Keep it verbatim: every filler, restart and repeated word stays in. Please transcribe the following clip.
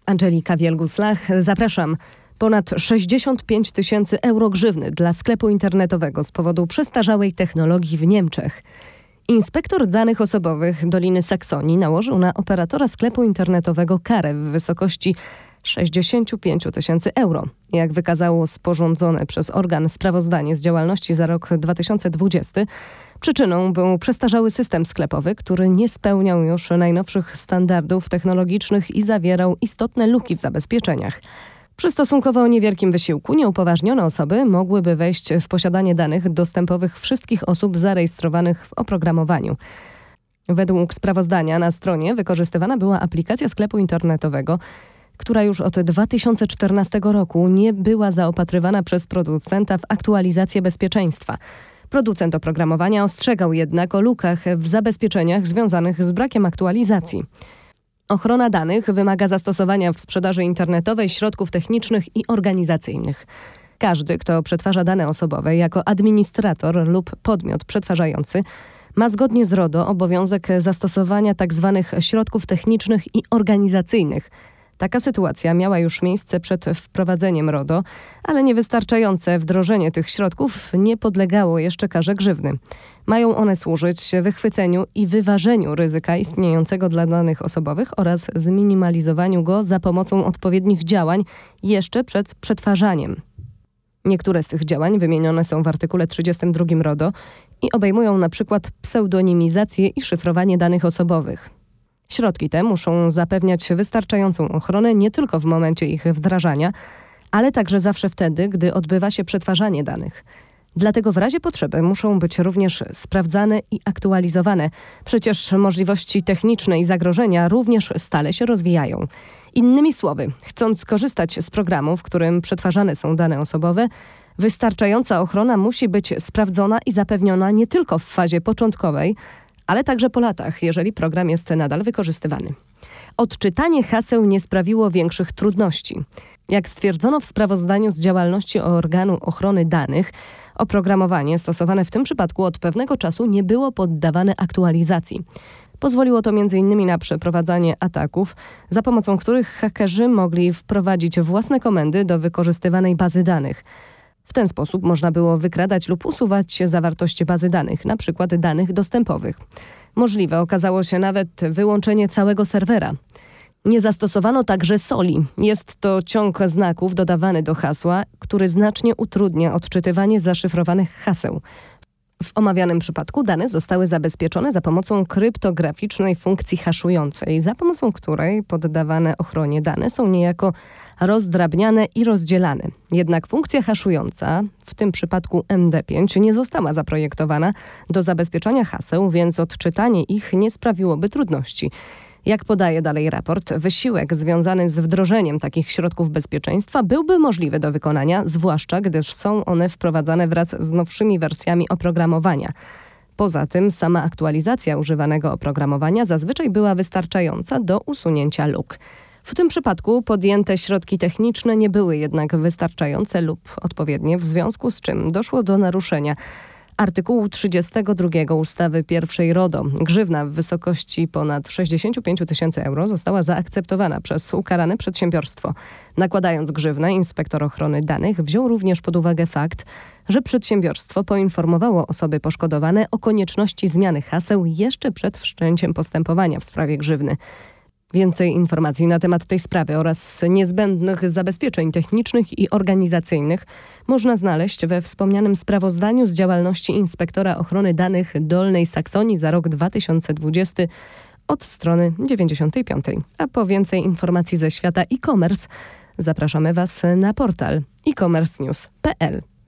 Angelika Wielgus-Lach, zapraszam. Ponad sześćdziesiąt pięć tysięcy euro grzywny dla sklepu internetowego z powodu przestarzałej technologii w Niemczech. Inspektor danych osobowych Doliny Saksonii nałożył na operatora sklepu internetowego karę w wysokości sześćdziesiąt pięć tysięcy euro. Jak wykazało sporządzone przez organ sprawozdanie z działalności za rok dwa tysiące dwudziesty, przyczyną był przestarzały system sklepowy, który nie spełniał już najnowszych standardów technologicznych i zawierał istotne luki w zabezpieczeniach. Przy stosunkowo niewielkim wysiłku nieupoważnione osoby mogłyby wejść w posiadanie danych dostępowych wszystkich osób zarejestrowanych w oprogramowaniu. Według sprawozdania na stronie wykorzystywana była aplikacja sklepu internetowego, która już od dwa tysiące czternastego roku nie była zaopatrywana przez producenta w aktualizację bezpieczeństwa. Producent oprogramowania ostrzegał jednak o lukach w zabezpieczeniach związanych z brakiem aktualizacji. Ochrona danych wymaga zastosowania w sprzedaży internetowej środków technicznych i organizacyjnych. Każdy, kto przetwarza dane osobowe jako administrator lub podmiot przetwarzający, ma zgodnie z RODO obowiązek zastosowania tzw. środków technicznych i organizacyjnych. Taka sytuacja miała już miejsce przed wprowadzeniem RODO, ale niewystarczające wdrożenie tych środków nie podlegało jeszcze karze grzywny. Mają one służyć wychwyceniu i wyważeniu ryzyka istniejącego dla danych osobowych oraz zminimalizowaniu go za pomocą odpowiednich działań jeszcze przed przetwarzaniem. Niektóre z tych działań wymienione są w artykule trzydziestym drugim RODO i obejmują na przykład pseudonimizację i szyfrowanie danych osobowych. Środki te muszą zapewniać wystarczającą ochronę nie tylko w momencie ich wdrażania, ale także zawsze wtedy, gdy odbywa się przetwarzanie danych. Dlatego w razie potrzeby muszą być również sprawdzane i aktualizowane. Przecież możliwości techniczne i zagrożenia również stale się rozwijają. Innymi słowy, chcąc skorzystać z programu, w którym przetwarzane są dane osobowe, wystarczająca ochrona musi być sprawdzona i zapewniona nie tylko w fazie początkowej, ale także po latach, jeżeli program jest nadal wykorzystywany. Odczytanie haseł nie sprawiło większych trudności. Jak stwierdzono w sprawozdaniu z działalności organu ochrony danych, oprogramowanie stosowane w tym przypadku od pewnego czasu nie było poddawane aktualizacji. Pozwoliło to między innymi na przeprowadzanie ataków, za pomocą których hakerzy mogli wprowadzić własne komendy do wykorzystywanej bazy danych. W ten sposób można było wykradać lub usuwać zawartości bazy danych, na przykład danych dostępowych. Możliwe okazało się nawet wyłączenie całego serwera. Nie zastosowano także soli. Jest to ciąg znaków dodawany do hasła, który znacznie utrudnia odczytywanie zaszyfrowanych haseł. W omawianym przypadku dane zostały zabezpieczone za pomocą kryptograficznej funkcji haszującej, za pomocą której poddawane ochronie dane są niejako rozdrabniane i rozdzielane. Jednak funkcja haszująca, w tym przypadku M D pięć, nie została zaprojektowana do zabezpieczania haseł, więc odczytanie ich nie sprawiłoby trudności. Jak podaje dalej raport, wysiłek związany z wdrożeniem takich środków bezpieczeństwa byłby możliwy do wykonania, zwłaszcza gdyż są one wprowadzane wraz z nowszymi wersjami oprogramowania. Poza tym sama aktualizacja używanego oprogramowania zazwyczaj była wystarczająca do usunięcia luk. W tym przypadku podjęte środki techniczne nie były jednak wystarczające lub odpowiednie, w związku z czym doszło do naruszenia artykułu trzydziestego drugiego ustawy pierwszej RODO. Grzywna w wysokości ponad sześćdziesiąt pięć tysięcy euro została zaakceptowana przez ukarane przedsiębiorstwo. Nakładając grzywnę, inspektor ochrony danych wziął również pod uwagę fakt, że przedsiębiorstwo poinformowało osoby poszkodowane o konieczności zmiany haseł jeszcze przed wszczęciem postępowania w sprawie grzywny. Więcej informacji na temat tej sprawy oraz niezbędnych zabezpieczeń technicznych i organizacyjnych można znaleźć we wspomnianym sprawozdaniu z działalności inspektora ochrony danych Dolnej Saksonii za rok dwa tysiące dwudziesty od strony dziewięćdziesiątej piątej. A po więcej informacji ze świata e-commerce zapraszamy Was na portal e commerce news kropka p l.